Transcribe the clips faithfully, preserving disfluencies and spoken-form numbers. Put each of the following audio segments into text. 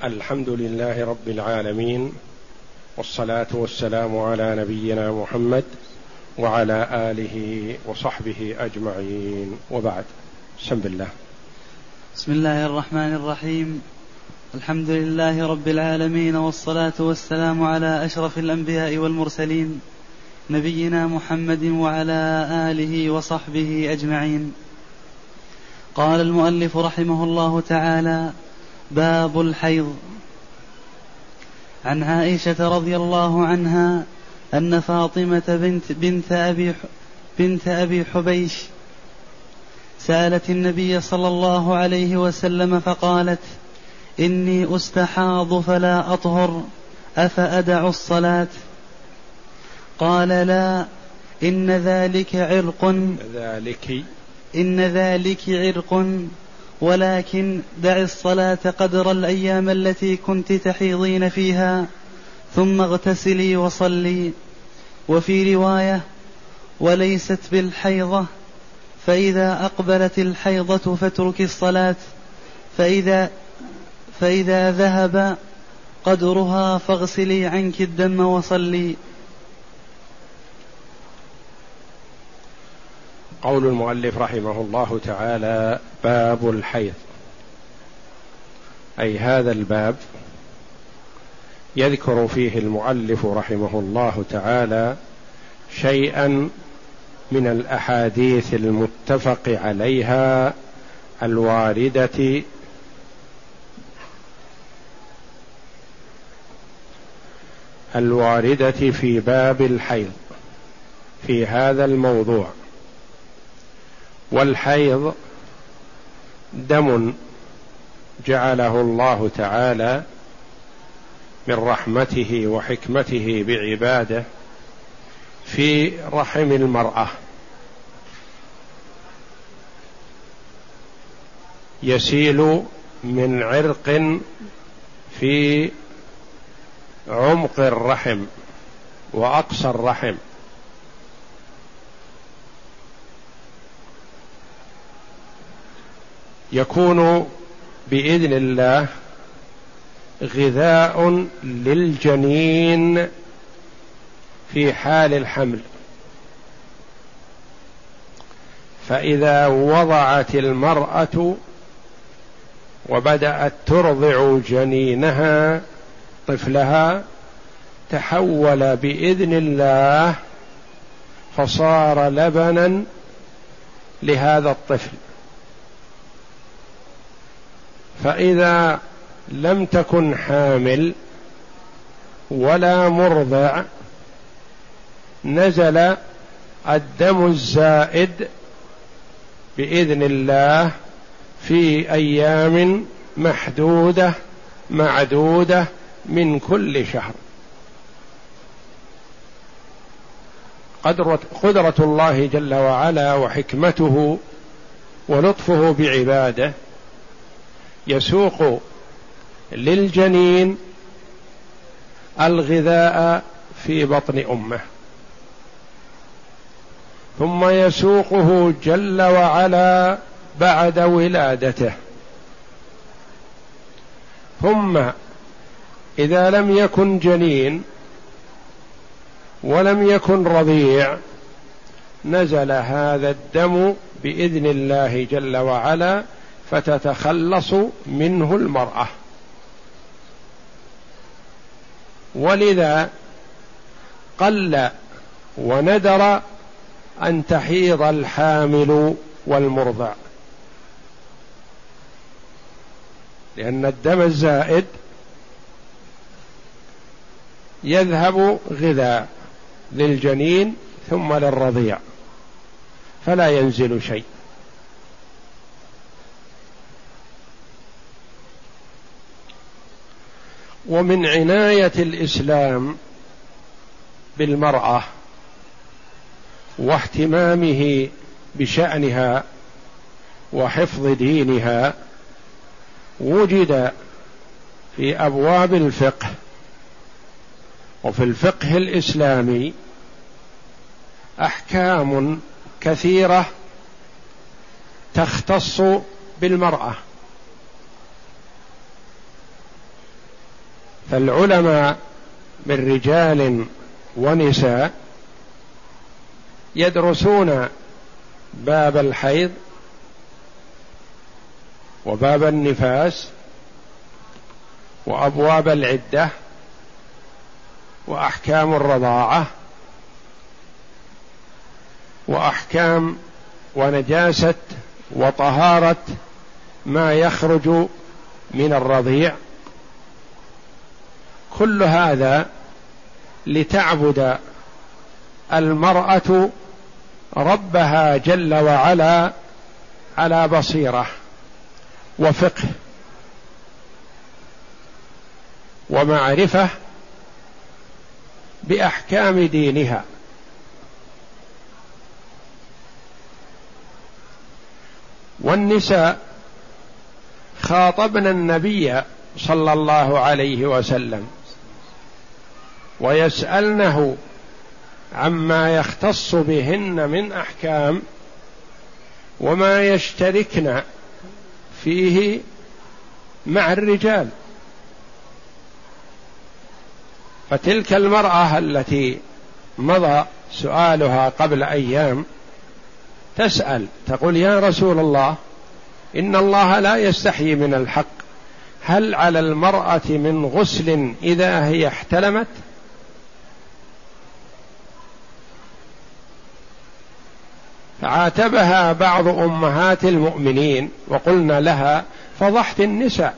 الحمد لله رب العالمين، والصلاة والسلام على نبينا محمد وعلى آله وصحبه أجمعين، وبعد. بسم الله. بسم الله الرحمن الرحيم. الحمد لله رب العالمين، والصلاة والسلام على أشرف الأنبياء والمرسلين، نبينا محمد وعلى آله وصحبه أجمعين. قال المؤلف رحمه الله تعالى: باب الحيض. عن عائشة رضي الله عنها أن فاطمة بنت, بنت, أبي, بنت أبي حبيش سألت النبي صلى الله عليه وسلم فقالت: إني أستحاض فلا أطهر، أفأدع الصلاة؟ قال: لا، إن ذلك عرق ذلك إن ذلك عرق، ولكن دع الصلاة قدر الأيام التي كنت تحيضين فيها، ثم اغتسلي وصلي. وفي رواية: وليست بالحيضة، فإذا أقبلت الحيضة فاترك الصلاة، فإذا, فإذا ذهب قدرها فاغسلي عنك الدم وصلي. قول المؤلف رحمه الله تعالى: باب الحيض، أي هذا الباب يذكر فيه المؤلف رحمه الله تعالى شيئا من الأحاديث المتفق عليها الواردة الواردة في باب الحيض في هذا الموضوع. والحيض دم جعله الله تعالى من رحمته وحكمته بعباده في رحم المرأة، يسيل من عرق في عمق الرحم وأقصى الرحم، يكون بإذن الله غذاء للجنين في حال الحمل. فإذا وضعت المرأة وبدأت ترضع جنينها طفلها، تحول بإذن الله فصار لبنا لهذا الطفل. فإذا لم تكن حامل ولا مرضع، نزل الدم الزائد بإذن الله في أيام محدودة معدودة من كل شهر. قدرة الله جل وعلا وحكمته ولطفه بعباده يسوق للجنين الغذاء في بطن أمه، ثم يسوقه جل وعلا بعد ولادته، ثم إذا لم يكن جنين ولم يكن رضيع، نزل هذا الدم بإذن الله جل وعلا فتتخلص منه المرأة. ولذا قل وندر أن تحيض الحامل والمرضع، لأن الدم الزائد يذهب غذاء للجنين ثم للرضيع، فلا ينزل شيء. ومن عناية الإسلام بالمرأة واهتمامه بشأنها وحفظ دينها، وجد في أبواب الفقه وفي الفقه الإسلامي أحكام كثيرة تختص بالمرأة، فالعلماء من رجال ونساء يدرسون باب الحيض وباب النفاس وأبواب العدة وأحكام الرضاعة وأحكام ونجاسة وطهارة ما يخرج من الرضيع. كل هذا لتعبد المرأة ربها جل وعلا على بصيرة وفقه ومعرفة بأحكام دينها. والنساء خاطبن النبي صلى الله عليه وسلم ويسألنه عما يختص بهن من أحكام وما يشتركن فيه مع الرجال. فتلك المرأة التي مضى سؤالها قبل أيام تسأل تقول: يا رسول الله، إن الله لا يستحيي من الحق، هل على المرأة من غسل إذا هي احتلمت؟ فعاتبها بعض أمهات المؤمنين وقلنا لها: فضحت النساء.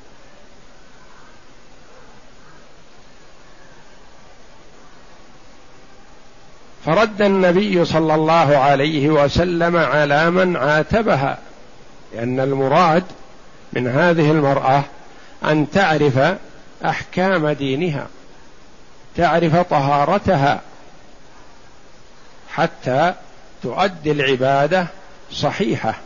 فرد النبي صلى الله عليه وسلم على من عاتبها، لأن المراد من هذه المرأة أن تعرف أحكام دينها، تعرف طهارتها حتى تؤدي العبادة صحيحة.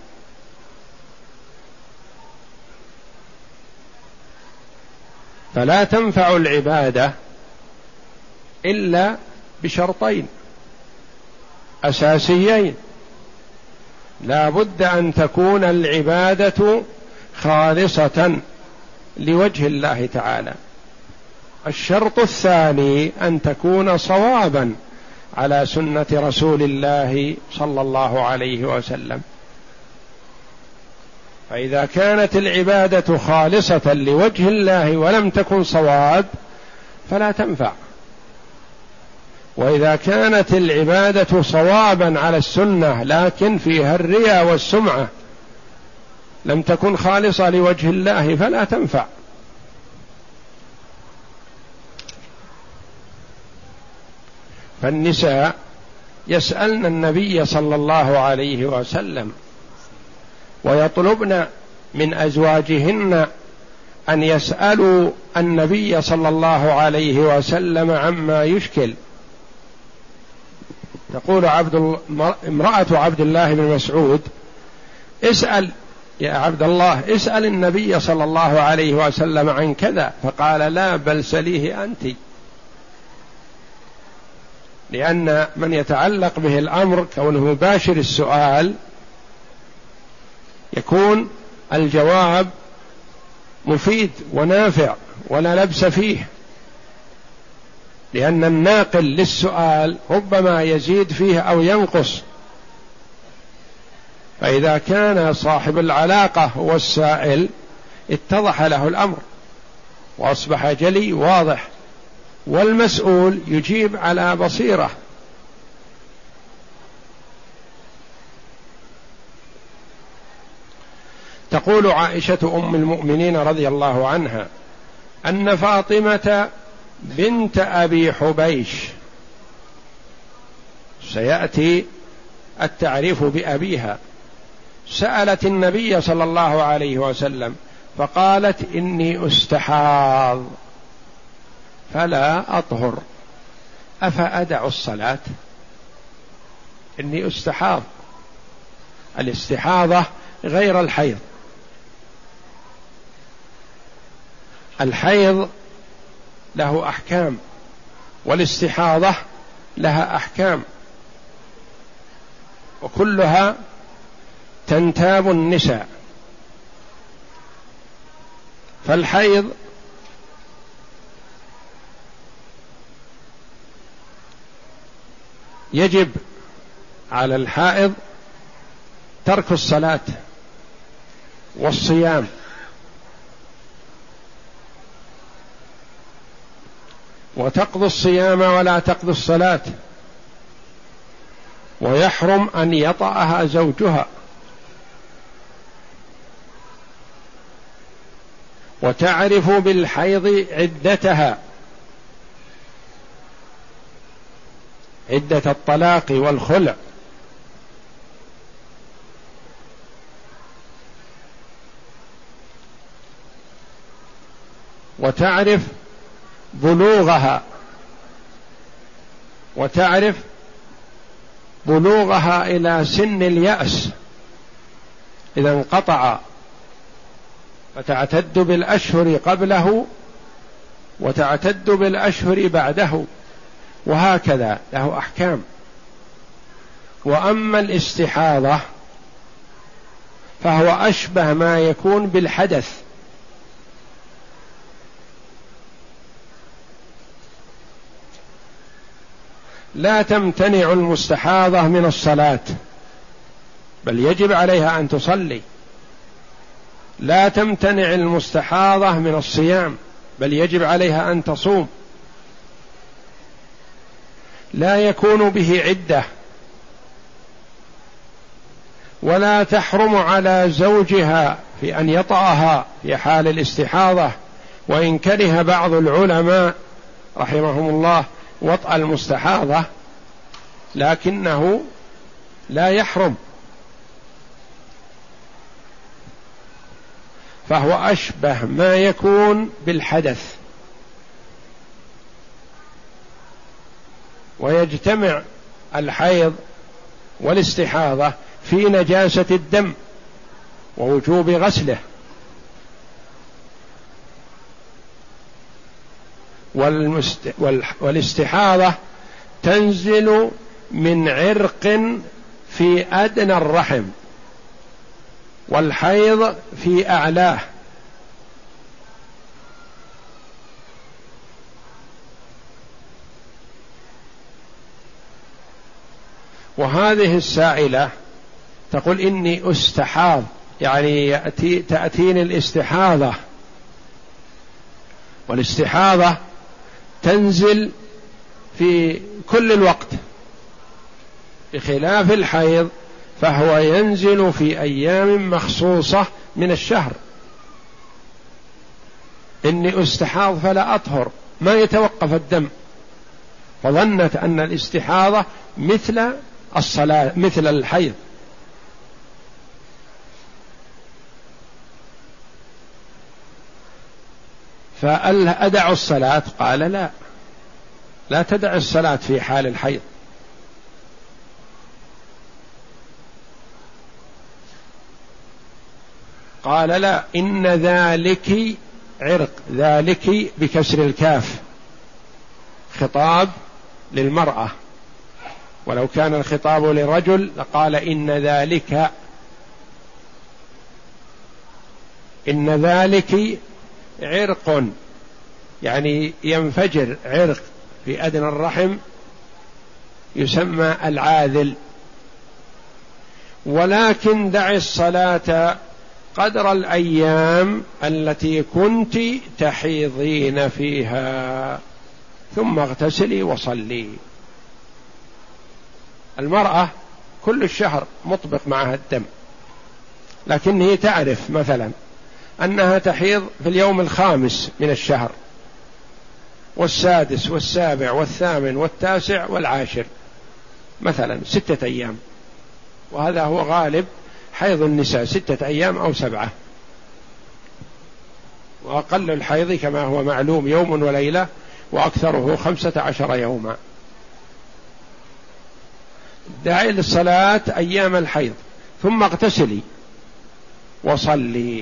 فلا تنفع العبادة إلا بشرطين أساسيين: لا بد أن تكون العبادة خالصة لوجه الله تعالى. الشرط الثاني أن تكون صوابا على سنة رسول الله صلى الله عليه وسلم. فإذا كانت العبادة خالصة لوجه الله ولم تكن صواب فلا تنفع، وإذا كانت العبادة صوابا على السنة لكن فيها الرياء والسمعة لم تكن خالصة لوجه الله فلا تنفع. فالنساء يسألن النبي صلى الله عليه وسلم ويطلبن من أزواجهن أن يسألوا النبي صلى الله عليه وسلم عما يشكل. تقول عبد الله امرأة عبد الله بن مسعود: اسأل يا عبد الله، اسأل النبي صلى الله عليه وسلم عن كذا، فقال: لا، بل سليه أنت. لأن من يتعلق به الأمر كونه مباشر السؤال يكون الجواب مفيد ونافع ولا لبس فيه، لأن الناقل للسؤال ربما يزيد فيه أو ينقص. فإذا كان صاحب العلاقة هو السائل اتضح له الأمر وأصبح جلي واضح، والمسؤول يجيب على بصيرة. تقول عائشة أم المؤمنين رضي الله عنها أن فاطمة بنت أبي حبيش، سيأتي التعريف بأبيها، سألت النبي صلى الله عليه وسلم فقالت: إني أستحاض فلا أطهر أفأدع الصلاة؟ إني أستحاض، الاستحاضة غير الحيض. الحيض له أحكام والاستحاضة لها أحكام، وكلها تنتاب النساء. يجب على الحائض ترك الصلاة والصيام، وتقضي الصيام ولا تقضي الصلاة، ويحرم أن يطأها زوجها، وتعرف بالحيض عدتها، عدة الطلاق والخلع، وتعرف بلوغها، وتعرف بلوغها إلى سن اليأس إذا انقطع، فتعتد بالأشهر قبله وتعتد بالأشهر بعده، وهكذا له أحكام. وأما الاستحاضة فهو أشبه ما يكون بالحدث، لا تمتنع المستحاضة من الصلاة بل يجب عليها أن تصلي، لا تمتنع المستحاضة من الصيام بل يجب عليها أن تصوم، لا يكون به عدة، ولا تحرم على زوجها في أن يطأها في حال الاستحاضة، وإن كره بعض العلماء رحمهم الله وطأ المستحاضة لكنه لا يحرم، فهو أشبه ما يكون بالحدث، ويجتمع الحيض والاستحاضة في نجاسة الدم ووجوب غسله، والمست... والاستحاضة تنزل من عرق في أدنى الرحم، والحيض في أعلاه، وهذه السائلة تقول إني أستحاض، يعني يأتي تأتيني الاستحاضة، والاستحاضة تنزل في كل الوقت بخلاف الحيض فهو ينزل في أيام مخصوصة من الشهر. إني أستحاض فلا أطهر، ما يتوقف الدم، فظنت أن الاستحاضة مثل الصلاة مثل الحيض، فقال أدع الصلاة؟ قال لا، لا تدع الصلاة في حال الحيض. قال لا، إن ذلك عرق، ذلك بكسر الكاف خطاب للمرأة، ولو كان الخطاب لرجل لقال إن ذلك، إن ذلك عرق، يعني ينفجر عرق في أدنى الرحم يسمى العاذل. ولكن دع الصلاة قدر الأيام التي كنت تحيضين فيها ثم اغتسلي وصلي. المرأة كل الشهر مطبق معها الدم، لكن هي تعرف مثلا أنها تحيض في اليوم الخامس من الشهر والسادس والسابع والثامن والتاسع والعاشر مثلا ستة أيام، وهذا هو غالب حيض النساء ستة أيام أو سبعة، وأقل الحيض كما هو معلوم يوم وليلة، وأكثره خمسة عشر يوما. دعي للصلاة أيام الحيض ثم اغتسلي وصلي.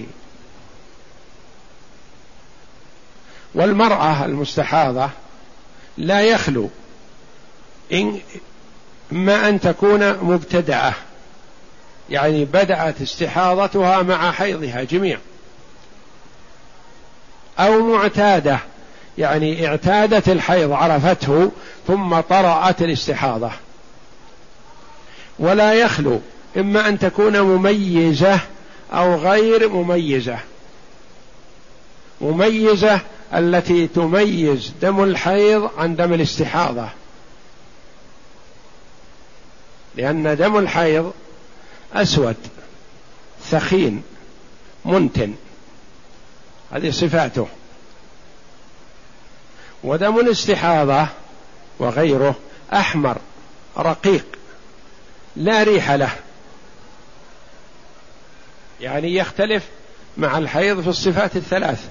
والمرأة المستحاضة لا يخلو إن ما أن تكون مبتدعة، يعني بدأت استحاضتها مع حيضها جميع، أو معتادة، يعني اعتادت الحيض عرفته ثم طرأت الاستحاضة ولا يخلو، إما أن تكون مميزة أو غير مميزة. مميزة التي تميز دم الحيض عن دم الاستحاضة، لأن دم الحيض أسود ثخين منتن، هذه صفاته، ودم الاستحاضة وغيره أحمر رقيق لا ريح له، يعني يختلف مع الحيض في الصفات الثلاث.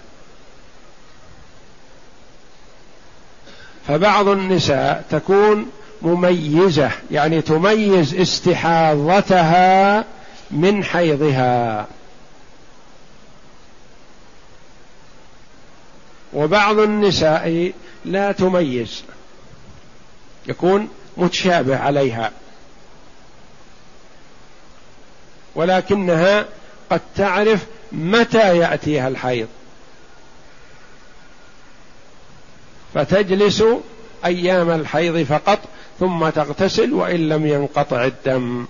فبعض النساء تكون مميزة، يعني تميز استحاضتها من حيضها، وبعض النساء لا تميز، يكون متشابه عليها، ولكنها قد تعرف متى يأتيها الحيض فتجلس أيام الحيض فقط ثم تغتسل وإن لم ينقطع الدم.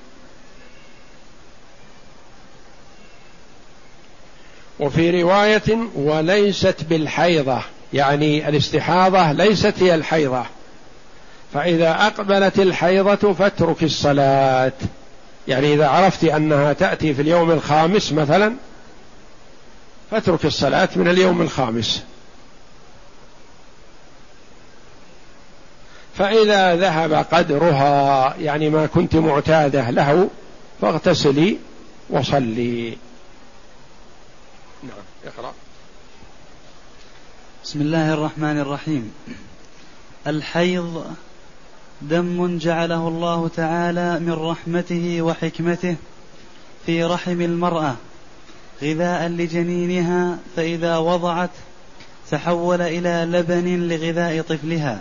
وفي رواية وليست بالحيضة، يعني الاستحاضة ليست هي الحيضة، فإذا أقبلت الحيضة فاترك الصلاة، يعني إذا عرفت أنها تأتي في اليوم الخامس مثلا فاترك الصلاة من اليوم الخامس، فإذا ذهب قدرها يعني ما كنت معتادة له فاغتسلي وصلي. نعم اقرأ. بسم الله الرحمن الرحيم. الحيض دم جعله الله تعالى من رحمته وحكمته في رحم المرأة غذاء لجنينها، فإذا وضعت تحول إلى لبن لغذاء طفلها،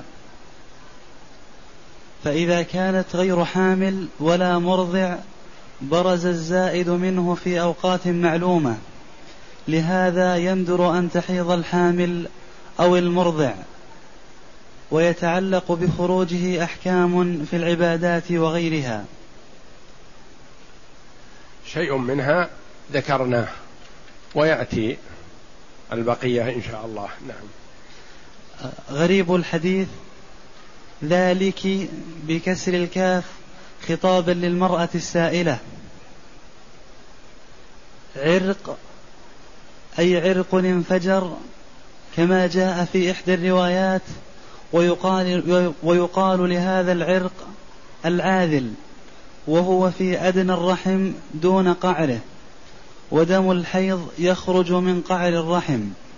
فإذا كانت غير حامل ولا مرضع برز الزائد منه في أوقات معلومة، لهذا يندر أن تحيض الحامل أو المرضع، ويتعلق بخروجه أحكام في العبادات وغيرها. شيء منها ذكرناه ويأتي البقية إن شاء الله. نعم. غريب الحديث ذلك بكسر الكاف خطابا للمرأة السائلة. عرق أي عرق انفجر كما جاء في إحدى الروايات، ويقال, ويقال لهذا العرق العاذل، وهو في أدنى الرحم دون قعره، ودم الحيض يخرج من قعر الرحم.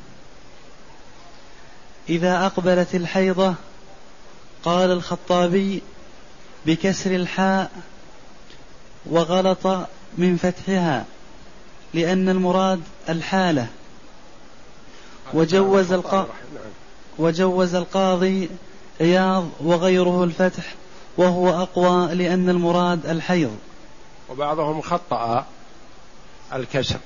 إذا أقبلت الحيضة قال الخطابي بكسر الحاء وغلط من فتحها لأن المراد الحالة، وجوز, الق... وجوز القاضي عياض وغيره الفتح، وهو أقوى لأن المراد الحيض. وبعضهم خطأ الكسر.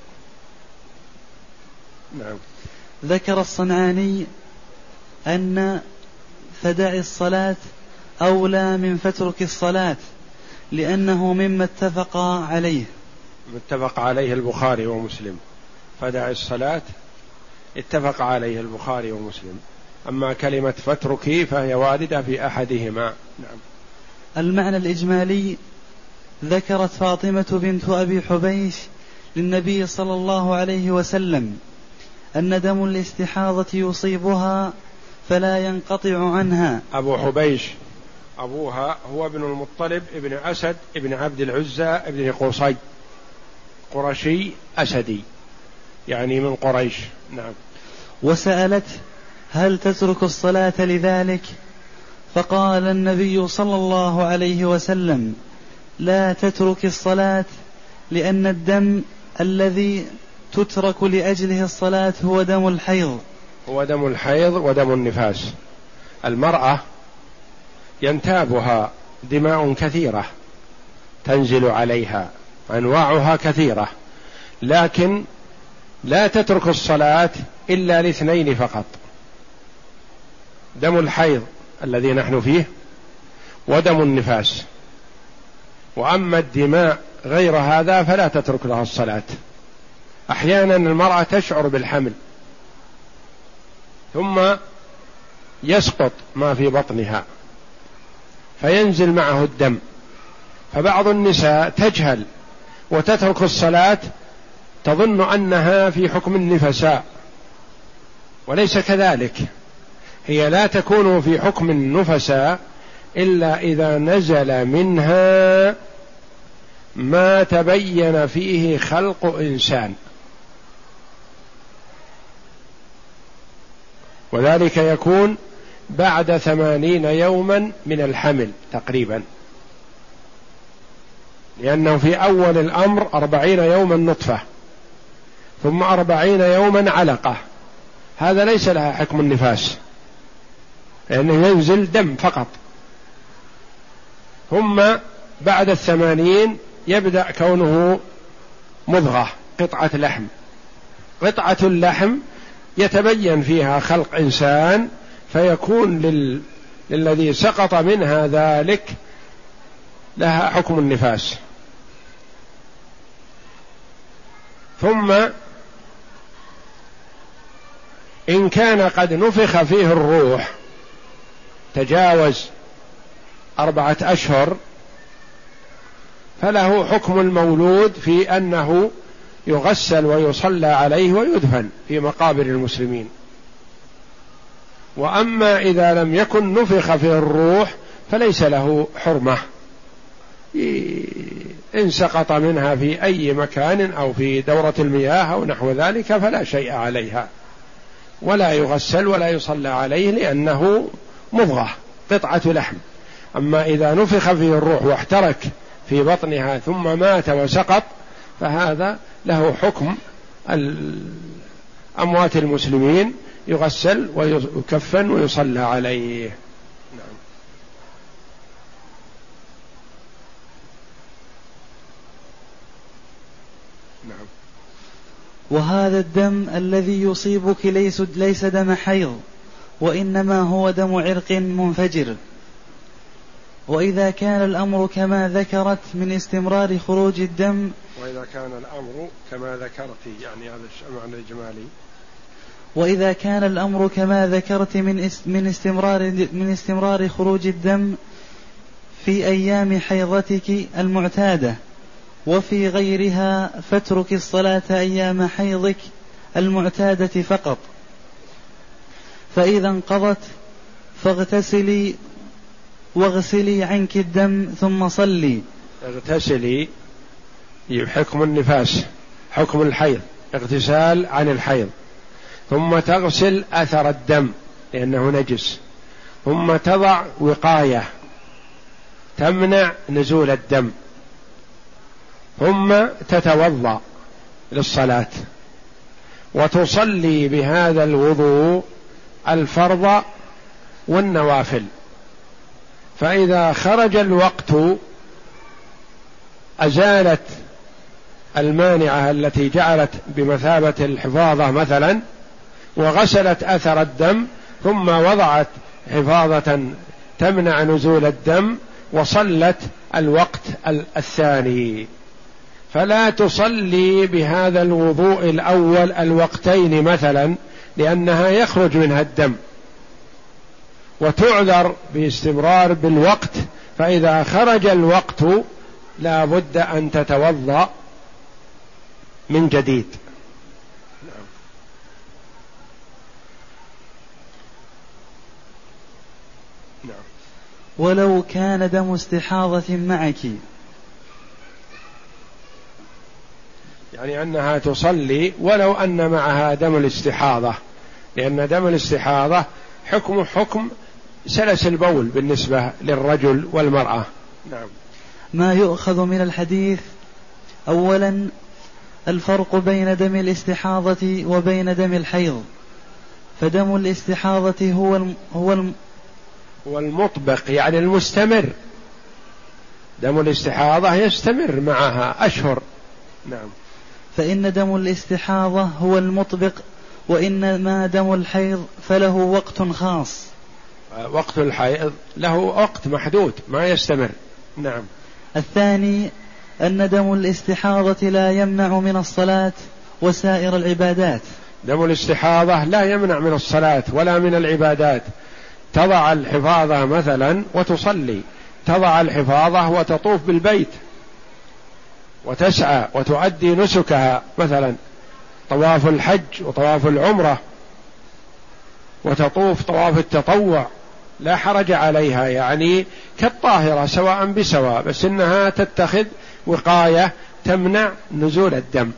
نعم. ذكر الصنعاني أن فدع الصلاة أولى من فترك الصلاة، لأنه مما اتفق عليه اتفق عليه البخاري ومسلم. فدع الصلاة اتفق عليه البخاري ومسلم، أما كلمة فتركي فهي واردة في أحدهما. نعم. المعنى الإجمالي ذكرت فاطمة بنت أبي حبيش للنبي صلى الله عليه وسلم أن دم الاستحاضة يصيبها فلا ينقطع عنها. أبو حبيش أبوها هو ابن المطلب ابن أسد ابن عبد العزى ابن قصي، قرشي أسدي، يعني من قريش. نعم. وسألت هل تترك الصلاة لذلك؟ فقال النبي صلى الله عليه وسلم لا تترك الصلاة، لأن الدم الذي تترك لأجله الصلاة هو دم الحيض. هو دم الحيض ودم النفاس. المرأة ينتابها دماء كثيرة تنزل عليها، أنواعها كثيرة، لكن لا تترك الصلاة إلا لاثنين فقط: دم الحيض الذي نحن فيه ودم النفاس. وأما الدماء غير هذا فلا تترك لها الصلاة. أحيانا المرأة تشعر بالحمل ثم يسقط ما في بطنها فينزل معه الدم، فبعض النساء تجهل وتترك الصلاة تظن أنها في حكم النفساء، وليس كذلك. هي لا تكون في حكم النفساء إلا إذا نزل منها ما تبين فيه خلق إنسان، وذلك يكون بعد ثمانين يوما من الحمل تقريبا، لأنه في أول الأمر أربعين يوما نطفة ثم أربعين يوما علقة، هذا ليس لها حكم النفاس لأنه ينزل دم فقط. ثم بعد الثمانين يبدأ كونه مضغة، قطعة لحم. قطعة اللحم يتبين فيها خلق إنسان، فيكون لل... للذي سقط منها ذلك لها حكم النفاس. ثم إن كان قد نفخ فيه الروح تجاوز أربعة أشهر فله حكم المولود في أنه يغسل ويصلى عليه ويدفن في مقابر المسلمين. وأما إذا لم يكن نفخ فيه الروح فليس له حرمة، إن سقط منها في أي مكان أو في دورة المياه أو نحو ذلك فلا شيء عليها، ولا يغسل ولا يصلى عليه لأنه مضغة قطعة لحم. أما إذا نفخ فيه الروح واحترك في بطنها ثم مات وسقط فهذا له حكم أموات المسلمين، يغسل ويكفن ويصلى عليه. نعم. نعم. وهذا الدم الذي يصيبك ليس, ليس دم حيض، وإنما هو دم عرق منفجر. وإذا كان الأمر كما ذكرت من استمرار خروج الدم وإذا كان الأمر كما ذكرت يعني هذا المعنى الإجمالي وإذا كان الأمر كما ذكرت من من استمرار من استمرار خروج الدم في أيام حيضتك المعتادة وفي غيرها فاترك الصلاة أيام حيضك المعتادة فقط، فإذا انقضت فاغتسلي واغسلي عنك الدم ثم صلي. اغتسلي حكم النفاس، حكم الحيض، اغتسال عن الحيض، ثم تغسل أثر الدم لأنه نجس، ثم تضع وقاية تمنع نزول الدم، ثم تتوضأ للصلاة وتصلي بهذا الوضوء الفرض والنوافل. فإذا خرج الوقت أزالت المانعة التي جعلت بمثابة الحفاظة مثلا وغسلت أثر الدم، ثم وضعت حفاظة تمنع نزول الدم وصلت الوقت الثاني، فلا تصلي بهذا الوضوء الأول الوقتين مثلا لأنها يخرج منها الدم، وتعذر باستمرار بالوقت، فإذا خرج الوقت لا بد أن تتوضأ من جديد. نعم. نعم. ولو كان دم استحاضة معك، يعني أنها تصلي ولو أن معها دم الاستحاضة، لأن دم الاستحاضة حكم حكم سلس البول بالنسبة للرجل والمرأة. نعم. ما يؤخذ من الحديث: أولا الفرق بين دم الاستحاضة وبين دم الحيض، فدم الاستحاضة هو الم هو الم هو المطبق يعني المستمر، دم الاستحاضة يستمر معها أشهر. نعم. فإن دم الاستحاضة هو المطبق، وإنما دم الحيض فله وقت خاص. وقت الحيض له وقت محدود ما يستمر. نعم. الثاني أن دم الاستحاضة لا يمنع من الصلاة وسائر العبادات. دم الاستحاضة لا يمنع من الصلاة ولا من العبادات. تضع الحفاظة مثلا وتصلي، تضع الحفاظة وتطوف بالبيت وتسعى وتؤدي نسكها، مثلا طواف الحج وطواف العمرة، وتطوف طواف التطوع، لا حرج عليها، يعني كالطاهرة سواء بسواء، بس إنها تتخذ وقاية تمنع نزول الدم.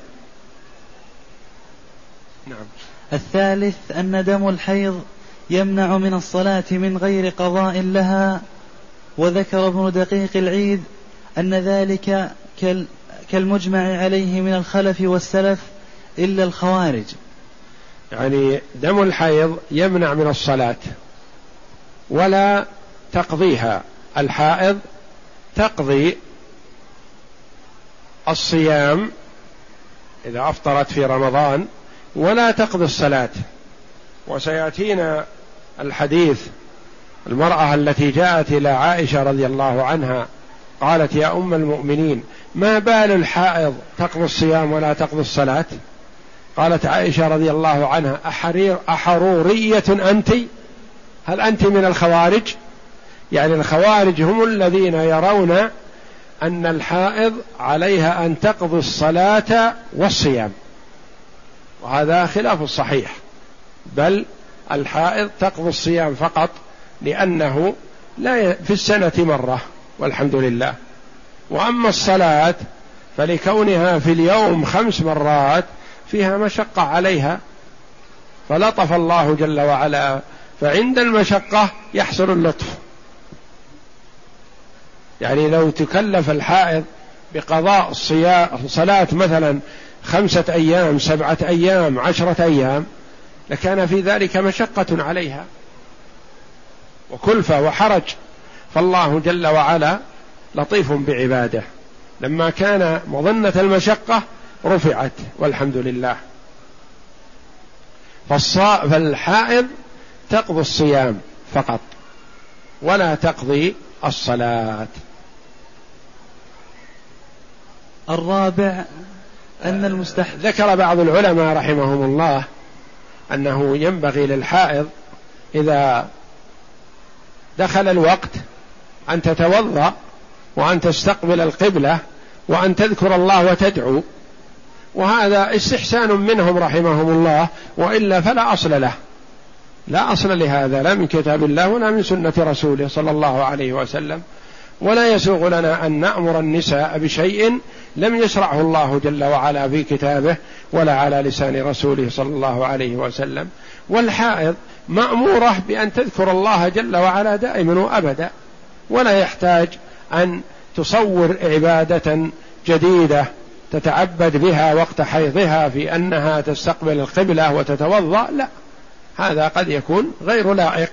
نعم. الثالث أن دم الحيض يمنع من الصلاة من غير قضاء لها، وذكر ابن دقيق العيد أن ذلك كالمجمع عليه من الخلف والسلف إلا الخوارج. يعني دم الحيض يمنع من الصلاة ولا تقضيها. الحائض تقضي الصيام إذا أفطرت في رمضان ولا تقضي الصلاة. وسيأتينا الحديث المرأة التي جاءت إلى عائشة رضي الله عنها قالت: يا أم المؤمنين، ما بال الحائض تقضي الصيام ولا تقضي الصلاة؟ قالت عائشة رضي الله عنها: أحرير أحرورية أنت؟ هل أنت من الخوارج؟ يعني الخوارج هم الذين يرون أن الحائض عليها أن تقضي الصلاة والصيام، وهذا خلاف الصحيح، بل الحائض تقضي الصيام فقط، لأنه لا في السنة مرة والحمد لله. وأما الصلاة فلكونها في اليوم خمس مرات فيها مشقة عليها، فلطف الله جل وعلا، فعند المشقة يحصل اللطف. يعني لو تكلف الحائض بقضاء الصلاة مثلا خمسة أيام سبعة أيام عشرة أيام لكان في ذلك مشقة عليها وكلفة وحرج، فالله جل وعلا لطيف بعباده، لما كان مظنة المشقة رفعت والحمد لله. فالحائض تقضي الصيام فقط ولا تقضي الصلاة. الرابع أن المستح ذكر بعض العلماء رحمهم الله أنه ينبغي للحائض إذا دخل الوقت أن تتوضأ وأن تستقبل القبلة وأن تذكر الله وتدعو، وهذا استحسان منهم رحمهم الله، وإلا فلا أصل له، لا أصل لهذا لا من كتاب الله ولا من سنة رسوله صلى الله عليه وسلم. ولا يسوغ لنا أن نأمر النساء بشيء لم يشرعه الله جل وعلا في كتابه ولا على لسان رسوله صلى الله عليه وسلم. والحائض مأمورة بأن تذكر الله جل وعلا دائما وأبدا، ولا يحتاج أن تصور عبادة جديدة تتعبد بها وقت حيضها في أنها تستقبل القبلة وتتوضأ، لا، هذا قد يكون غير لائق،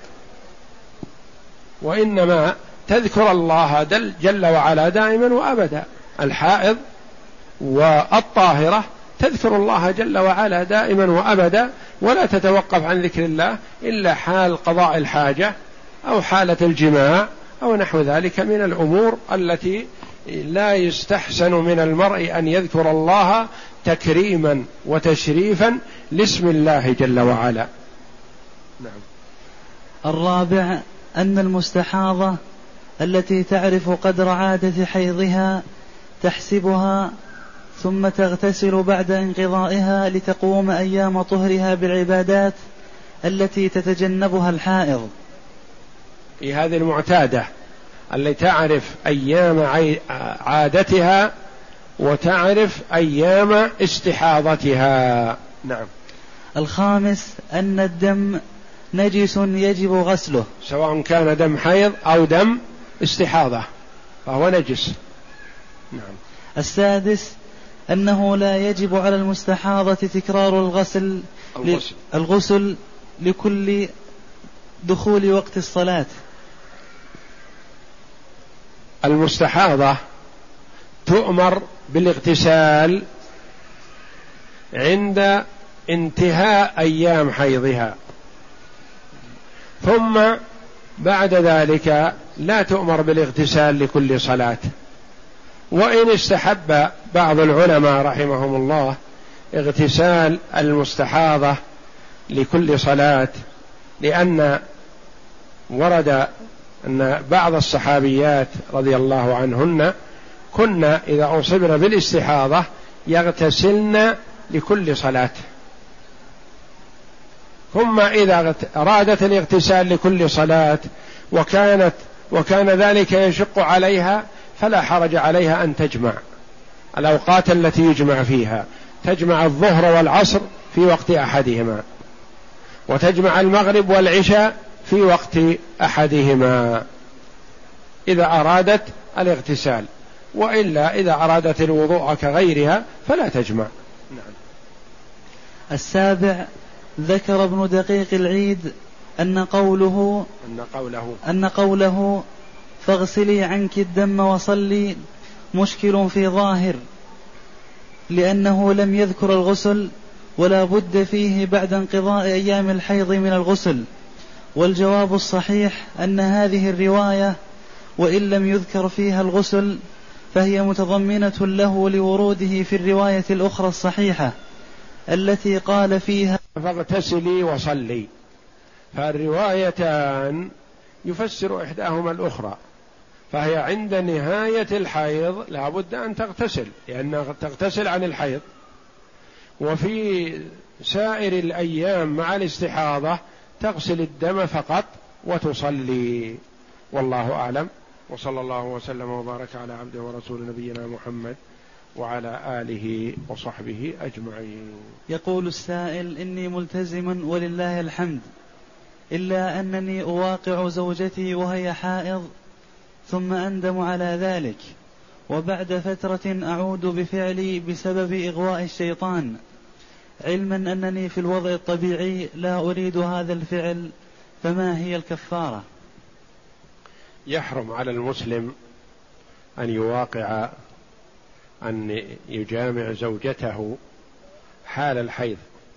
وإنما تذكر الله جل وعلا دائما وأبدا. الحائض والطاهرة تذكر الله جل وعلا دائما وأبدا، ولا تتوقف عن ذكر الله إلا حال قضاء الحاجة أو حالة الجماع أو نحو ذلك من الأمور التي لا يستحسن من المرء أن يذكر الله تكريما وتشريفا لاسم الله جل وعلا. نعم. الرابع أن المستحاضة التي تعرف قدر عادة حيضها تحسبها ثم تغتسل بعد انقضائها لتقوم أيام طهرها بالعبادات التي تتجنبها الحائض. في هذه المعتادة التي تعرف أيام عادتها وتعرف أيام استحاضتها. نعم. الخامس أن الدم نجس يجب غسله، سواء كان دم حيض أو دم استحاضة فهو نجس. نعم. السادس أنه لا يجب على المستحاضة تكرار الغسل الغسل, الغسل لكل دخول وقت الصلاة. المستحاضة تؤمر بالاغتسال عند انتهاء أيام حيضها، ثم بعد ذلك لا تؤمر بالاغتسال لكل صلاة، وإن استحب بعض العلماء رحمهم الله اغتسال المستحاضة لكل صلاة، لأن ورد أن بعض الصحابيات رضي الله عنهن كنا إذا أصبن بالاستحاضة يغتسلن لكل صلاة، ثم إذا أرادت الاغتسال لكل صلاة وكانت وكان ذلك يشق عليها فلا حرج عليها أن تجمع الأوقات التي يجمع فيها، تجمع الظهر والعصر في وقت أحدهما، وتجمع المغرب والعشاء في وقت أحدهما إذا أرادت الاغتسال، وإلا إذا أرادت الوضوء كغيرها فلا تجمع. نعم. السابع، ذكر ابن دقيق العيد أن قوله أن قوله أن قوله فاغسلي عنك الدم وصلي مشكل في ظاهر، لأنه لم يذكر الغسل ولا بد فيه بعد انقضاء أيام الحيض من الغسل. والجواب الصحيح أن هذه الرواية وإن لم يذكر فيها الغسل فهي متضمنة له لوروده في الرواية الأخرى الصحيحة التي قال فيها فاغتسلي وصلي، فالروايتان يفسر إحداهما الأخرى، فهي عند نهاية الحيض لا بد أن تغتسل لأنها تغتسل عن الحيض، وفي سائر الأيام مع الاستحاضة تغسل الدم فقط وتصلي. والله أعلم، وصلى الله وسلم وبارك على عبده ورسول نبينا محمد وعلى آله وصحبه أجمعين. يقول السائل: إني ملتزم ولله الحمد، إلا أنني أواقع زوجتي وهي حائض ثم أندم على ذلك، وبعد فترة أعود بفعلي بسبب إغواء الشيطان، علما أنني في الوضع الطبيعي لا أريد هذا الفعل، فما هي الكفارة؟ يحرم على المسلم أن يواقع أن يجامع زوجته حال الحيض،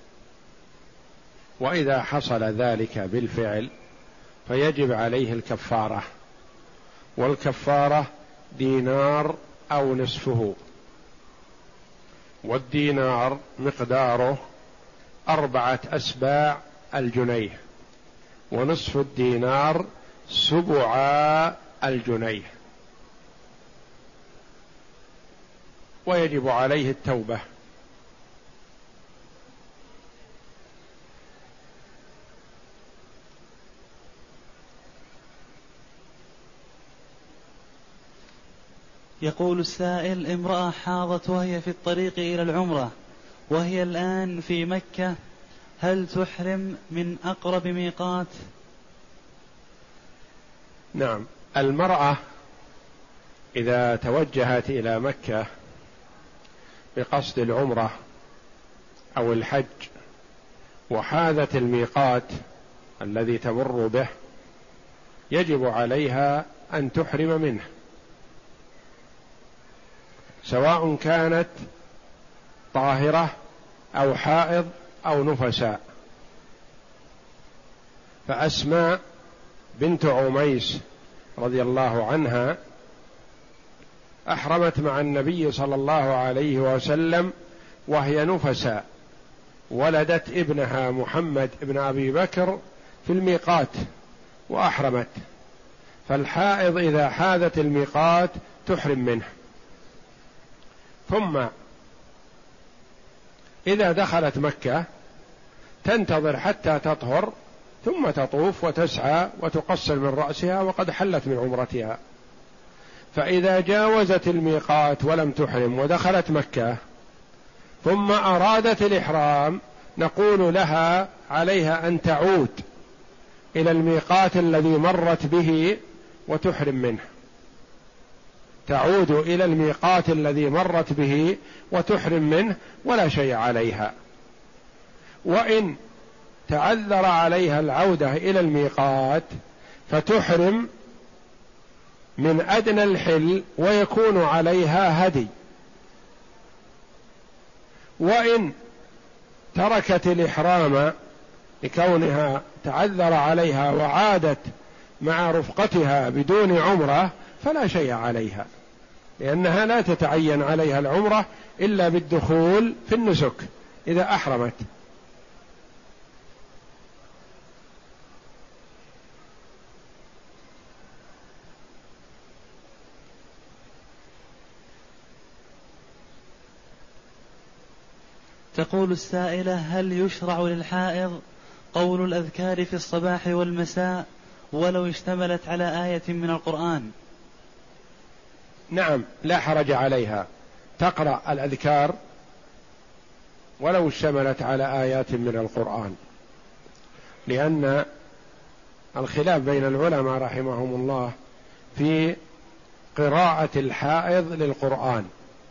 وإذا حصل ذلك بالفعل فيجب عليه الكفارة، والكفارة دينار أو نصفه، والدينار مقداره أربعة أسباع الجنيه، ونصف الدينار سبعا الجنيه، ويجب عليه التوبة. يقول السائل: امرأة حاضت وهي في الطريق إلى العمرة وهي الآن في مكة، هل تحرم من أقرب ميقات؟ نعم، المرأة إذا توجهت إلى مكة بقصد العمرة أو الحج وحاذت الميقات الذي تمر به يجب عليها أن تحرم منه، سواء كانت طاهرة أو حائض أو نفساء. فأسماء بنت عميس رضي الله عنها أحرمت مع النبي صلى الله عليه وسلم وهي نفساء، ولدت ابنها محمد ابن أبي بكر في الميقات وأحرمت، فالحائض إذا حاذت الميقات تحرم منه. ثم إذا دخلت مكة تنتظر حتى تطهر ثم تطوف وتسعى وتقصر من رأسها وقد حلت من عمرتها. فإذا جاوزت الميقات ولم تحرم ودخلت مكة ثم أرادت الإحرام نقول لها عليها أن تعود إلى الميقات الذي مرت به وتحرم منه، تعود إلى الميقات الذي مرت به وتحرم منه ولا شيء عليها. وإن تعذر عليها العودة إلى الميقات فتحرم من أدنى الحل ويكون عليها هدي. وإن تركت الإحرام لكونها تعذر عليها وعادت مع رفقتها بدون عمرة فلا شيء عليها، لأنها لا تتعين عليها العمرة إلا بالدخول في النسك إذا أحرمت. تقول السائلة: هل يشرع للحائض قول الأذكار في الصباح والمساء ولو اشتملت على آية من القرآن؟ نعم، لا حرج عليها تقرأ الأذكار ولو اشتملت على آيات من القرآن، لأن الخلاف بين العلماء رحمهم الله في قراءة الحائض للقرآن.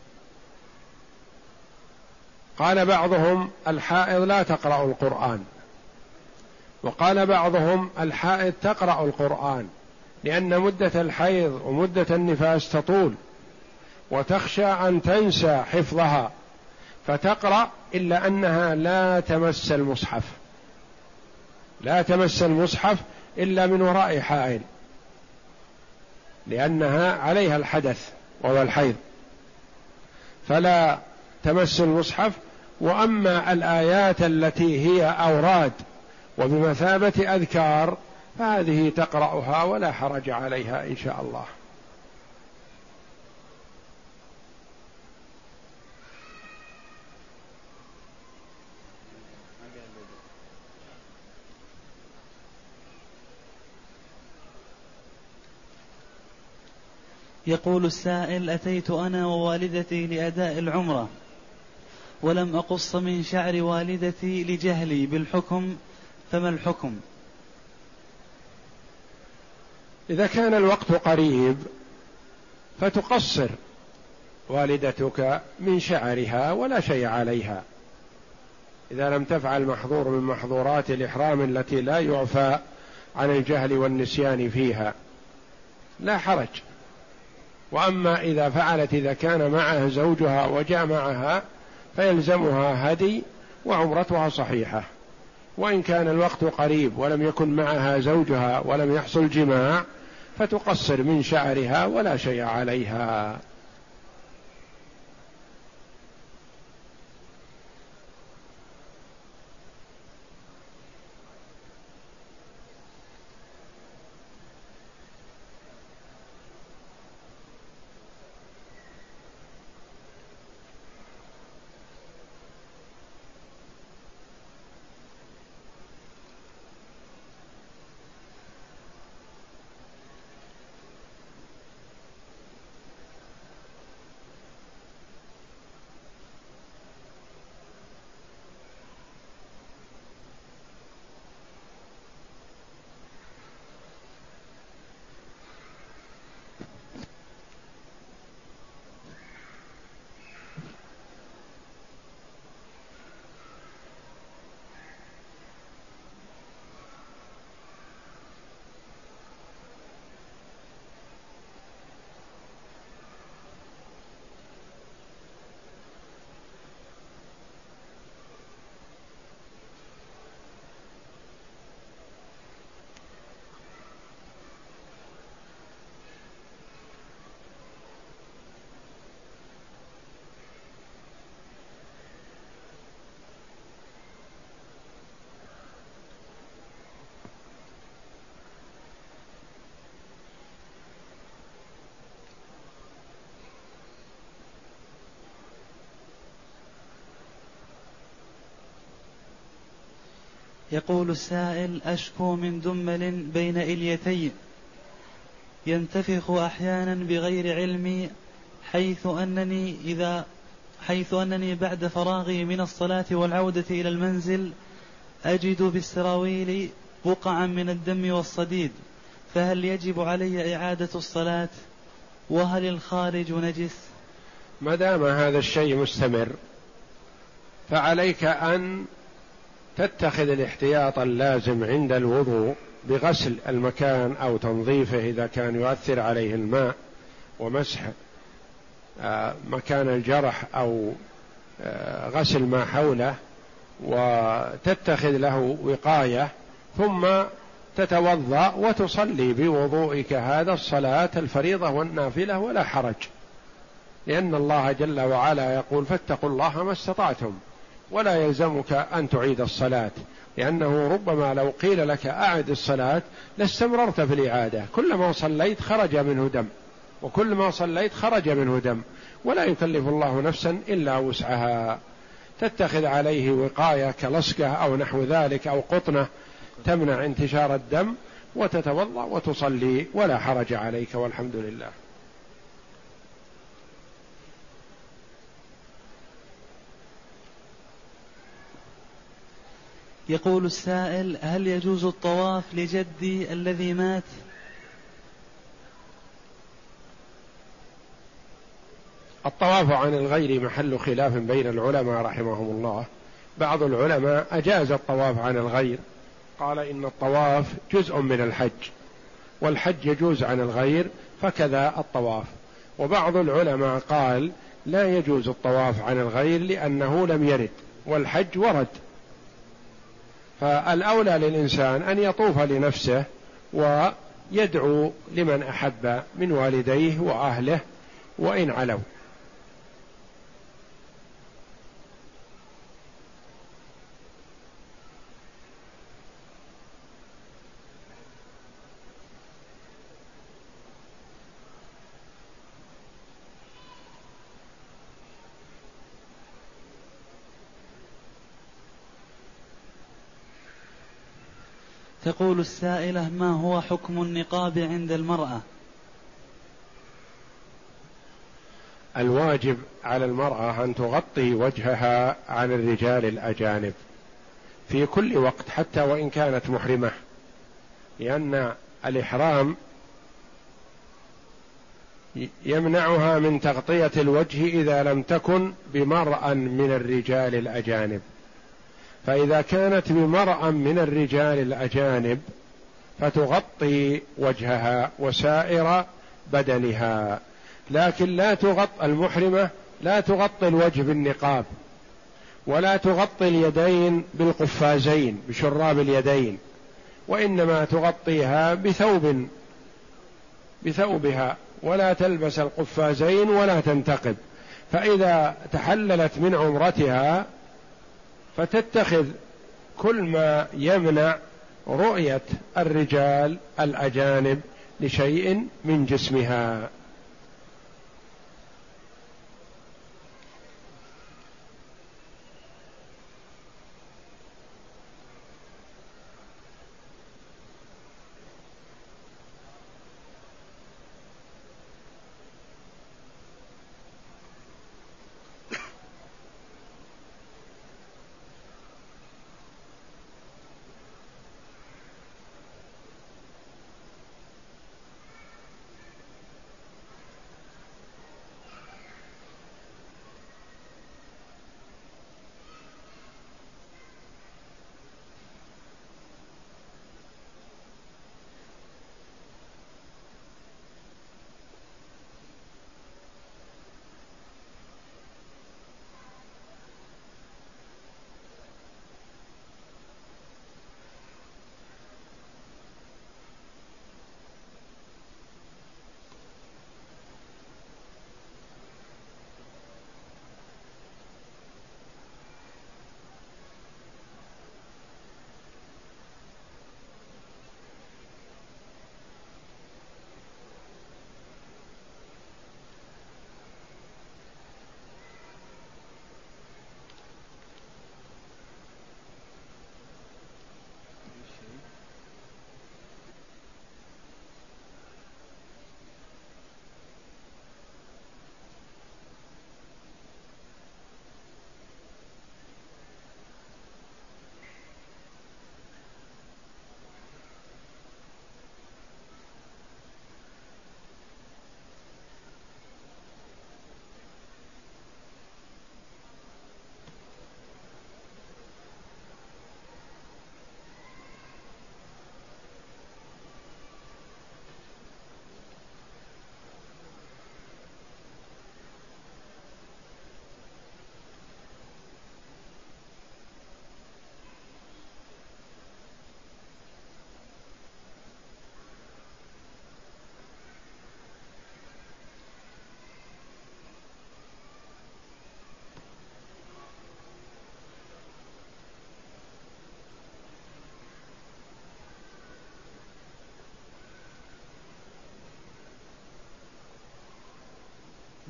قال بعضهم الحائض لا تقرأ القرآن، وقال بعضهم الحائض تقرأ القرآن، لأن مدة الحيض ومدة النفاس تطول وتخشى أن تنسى حفظها فتقرأ، إلا أنها لا تمس المصحف، لا تمس المصحف إلا من وراء حائل، لأنها عليها الحدث وهو الحيض، فلا تمس المصحف. وأما الآيات التي هي أوراد وبمثابة أذكار فهذه تقرأها ولا حرج عليها إن شاء الله. يقول السائل: أتيت أنا ووالدتي لأداء العمرة ولم أقص من شعر والدتي لجهلي بالحكم، فما الحكم؟ إذا كان الوقت قريب فتقصر والدتك من شعرها ولا شيء عليها، إذا لم تفعل محظور من محظورات الإحرام التي لا يعفى عن الجهل والنسيان فيها لا حرج. وأما إذا فعلت إذا كان معها زوجها وجاء معها فيلزمها هدي وعمرتها صحيحة، وإن كان الوقت قريب ولم يكن معها زوجها ولم يحصل جماع فتقصر من شعرها ولا شيء عليها. يقول السائل: أشكو من دمل بين إليتي ينتفخ أحيانا بغير علمي، حيث أنني إذا حيث أنني بعد فراغي من الصلاة والعودة إلى المنزل أجد بالسراويل بقعا من الدم والصديد، فهل يجب علي إعادة الصلاة؟ وهل الخارج نجس؟ ما دام هذا الشيء مستمر فعليك أن تتخذ الاحتياط اللازم عند الوضوء بغسل المكان أو تنظيفه إذا كان يؤثر عليه الماء، ومسح مكان الجرح أو غسل ما حوله، وتتخذ له وقاية، ثم تتوضأ وتصلي بوضوئك هذا الصلاة الفريضة والنافلة ولا حرج. لأن الله جل وعلا يقول فاتقوا الله ما استطعتم، ولا يلزمك أن تعيد الصلاة، لأنه ربما لو قيل لك أعد الصلاة لاستمررت في الإعادة، كلما صليت خرج منه دم، وكل ما صليت خرج منه دم، ولا يكلف الله نفسا إلا وسعها، تتخذ عليه وقاية كلصقة أو نحو ذلك أو قطنة تمنع انتشار الدم، وتتوضأ وتصلي ولا حرج عليك، والحمد لله. يقول السائل: هل يجوز الطواف لجدي الذي مات؟ الطواف عن الغير محل خلاف بين العلماء رحمهم الله. بعض العلماء أجاز الطواف عن الغير، قال إن الطواف جزء من الحج، والحج يجوز عن الغير، فكذا الطواف. وبعض العلماء قال لا يجوز الطواف عن الغير لأنه لم يرد، والحج ورد، فالأولى للإنسان أن يطوف لنفسه ويدعو لمن أحب من والديه وأهله وإن علوا. تقول السائلة: ما هو حكم النقاب عند المرأة؟ الواجب على المرأة أن تغطي وجهها عن الرجال الأجانب في كل وقت، حتى وإن كانت محرمة، لأن الإحرام يمنعها من تغطية الوجه إذا لم تكن بمرأ من الرجال الأجانب، فإذا كانت بمرأ من الرجال الأجانب فتغطي وجهها وسائر بدنها، لكن لا تغطي المحرمة، لا تغطي الوجه بالنقاب، ولا تغطي اليدين بالقفازين بشراب اليدين، وإنما تغطيها بثوب بثوبها، ولا تلبس القفازين ولا تنتقب. فإذا تحللت من عمرتها فتتخذ كل ما يمنع رؤية الرجال الأجانب لشيء من جسمها.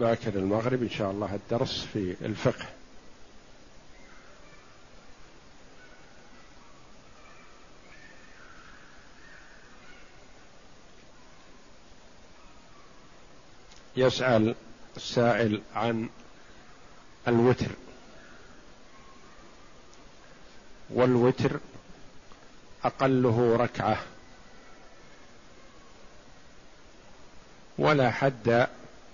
باكر المغرب إن شاء الله الدرس في الفقه. يسأل السائل عن الوتر، والوتر أقله ركعة ولا حد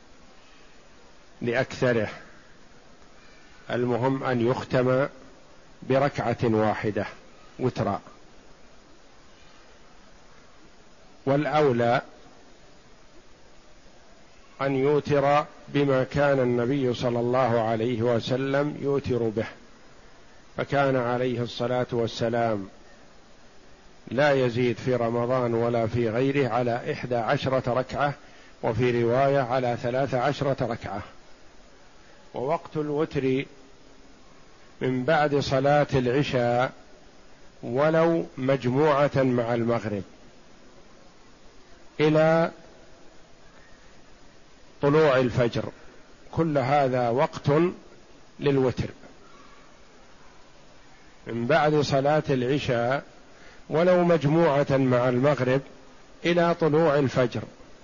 لأكثره، المهم أن يختم بركعة واحدة وترا، والأولى أن يوتر بما كان النبي صلى الله عليه وسلم يوتر به، فكان عليه الصلاة والسلام لا يزيد في رمضان ولا في غيره على إحدى عشرة ركعة، وفي رواية على ثلاث عشرة ركعة. ووقت الوتر من بعد صلاة العشاء ولو مجموعة مع المغرب إلى طلوع الفجر، كل هذا وقت للوتر. من بعد صلاة العشاء ولو مجموعة مع المغرب إلى طلوع الفجر،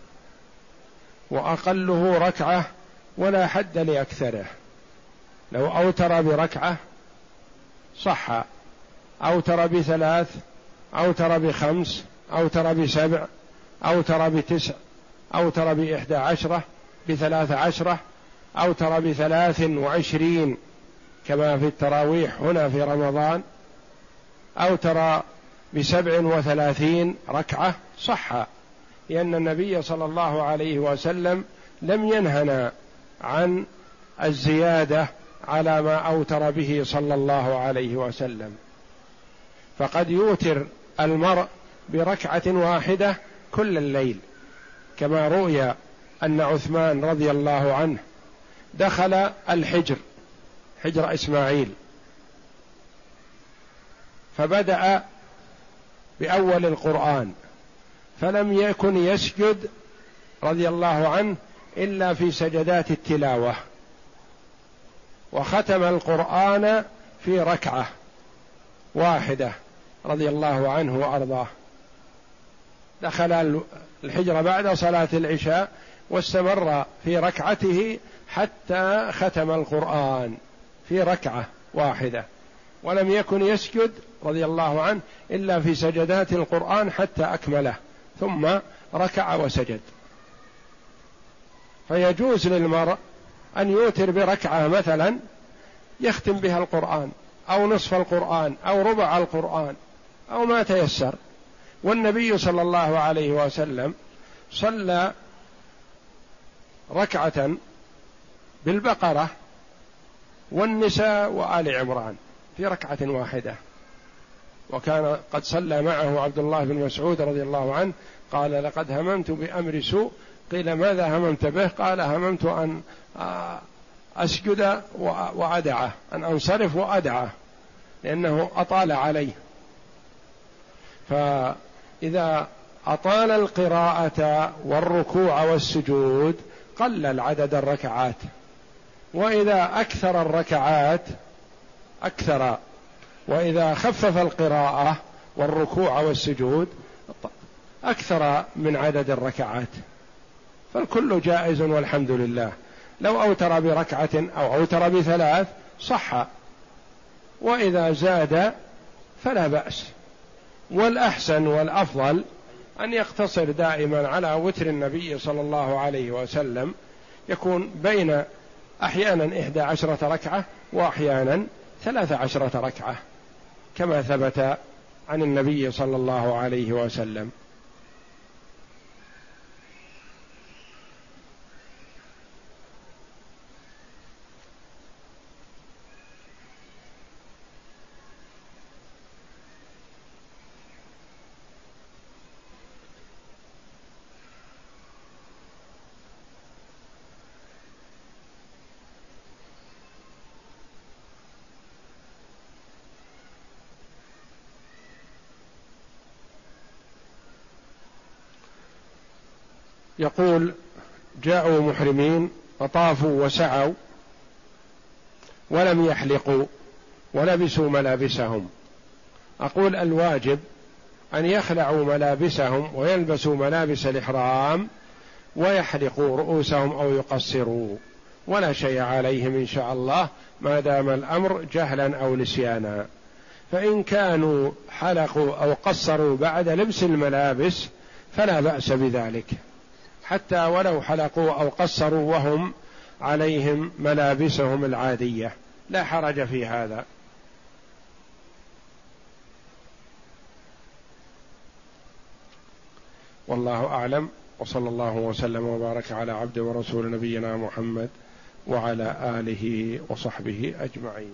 وأقله ركعة ولا حد لأكثره. لو أوتر بركعة صح، أوتر بثلاث، أوتر بخمس، أوتر بسبع، أوتر بتسع، أوتر بإحدى عشرة، بثلاث عشرة، أوتر بثلاث وعشرين كما في التراويح هنا في رمضان، أوتر بسبع وثلاثين ركعة صح، لأن النبي صلى الله عليه وسلم لم ينهنا عن الزيادة على ما أوتر به صلى الله عليه وسلم. فقد يوتر المرء بركعة واحدة كل الليل، كما روي أن عثمان رضي الله عنه دخل الحجر، حجر إسماعيل، فبدأ بأول القرآن فلم يكن يسجد رضي الله عنه إلا في سجدات التلاوة، وختم القرآن في ركعة واحدة رضي الله عنه وأرضاه. دخل الحجر بعد صلاة العشاء واستمر في ركعته حتى ختم القرآن في ركعة واحدة، ولم يكن يسجد رضي الله عنه إلا في سجدات القرآن حتى أكمله، ثم ركع وسجد. فيجوز للمرء أن يوتر بركعة مثلا يختم بها القرآن، أو نصف القرآن، أو ربع القرآن، أو ما تيسر. والنبي صلى الله عليه وسلم صلى ركعة بالبقرة والنساء وآل عمران في ركعة واحدة، وكان قد صلى معه عبد الله بن مسعود رضي الله عنه، قال لقد هممت بأمر سوء، قيل ماذا هممت به؟ قال هممت أن أسجد وأدعه، أن أنصرف وأدعه، لأنه أطال عليه. فإذا أطال القراءة والركوع والسجود قلل عدد الركعات، وإذا أكثر الركعات أكثر، وإذا خفف القراءة والركوع والسجود أكثر من عدد الركعات، فالكل جائز والحمد لله. لو أوتر بركعة أو أوتر بثلاث صح، وإذا زاد فلا بأس. والأحسن والأفضل أن يقتصر دائما على وتر النبي صلى الله عليه وسلم، يكون بين أحيانا إحدى عشرة ركعة وأحيانا ثلاث عشرة ركعة كما ثبت عن النبي صلى الله عليه وسلم. يقول: جاءوا محرمين فطافوا وسعوا ولم يحلقوا ولبسوا ملابسهم، أقول الواجب أن يخلعوا ملابسهم ويلبسوا ملابس الإحرام ويحلقوا رؤوسهم أو يقصروا، ولا شيء عليهم إن شاء الله ما دام الأمر جهلا أو نسيانا. فإن كانوا حلقوا أو قصروا بعد لبس الملابس فلا بأس بذلك، حتى ولو حلقوا أو قصروا وهم عليهم ملابسهم العادية لا حرج في هذا. والله أعلم، وصلى الله وسلم وبارك على عبد ورسول نبينا محمد وعلى آله وصحبه أجمعين.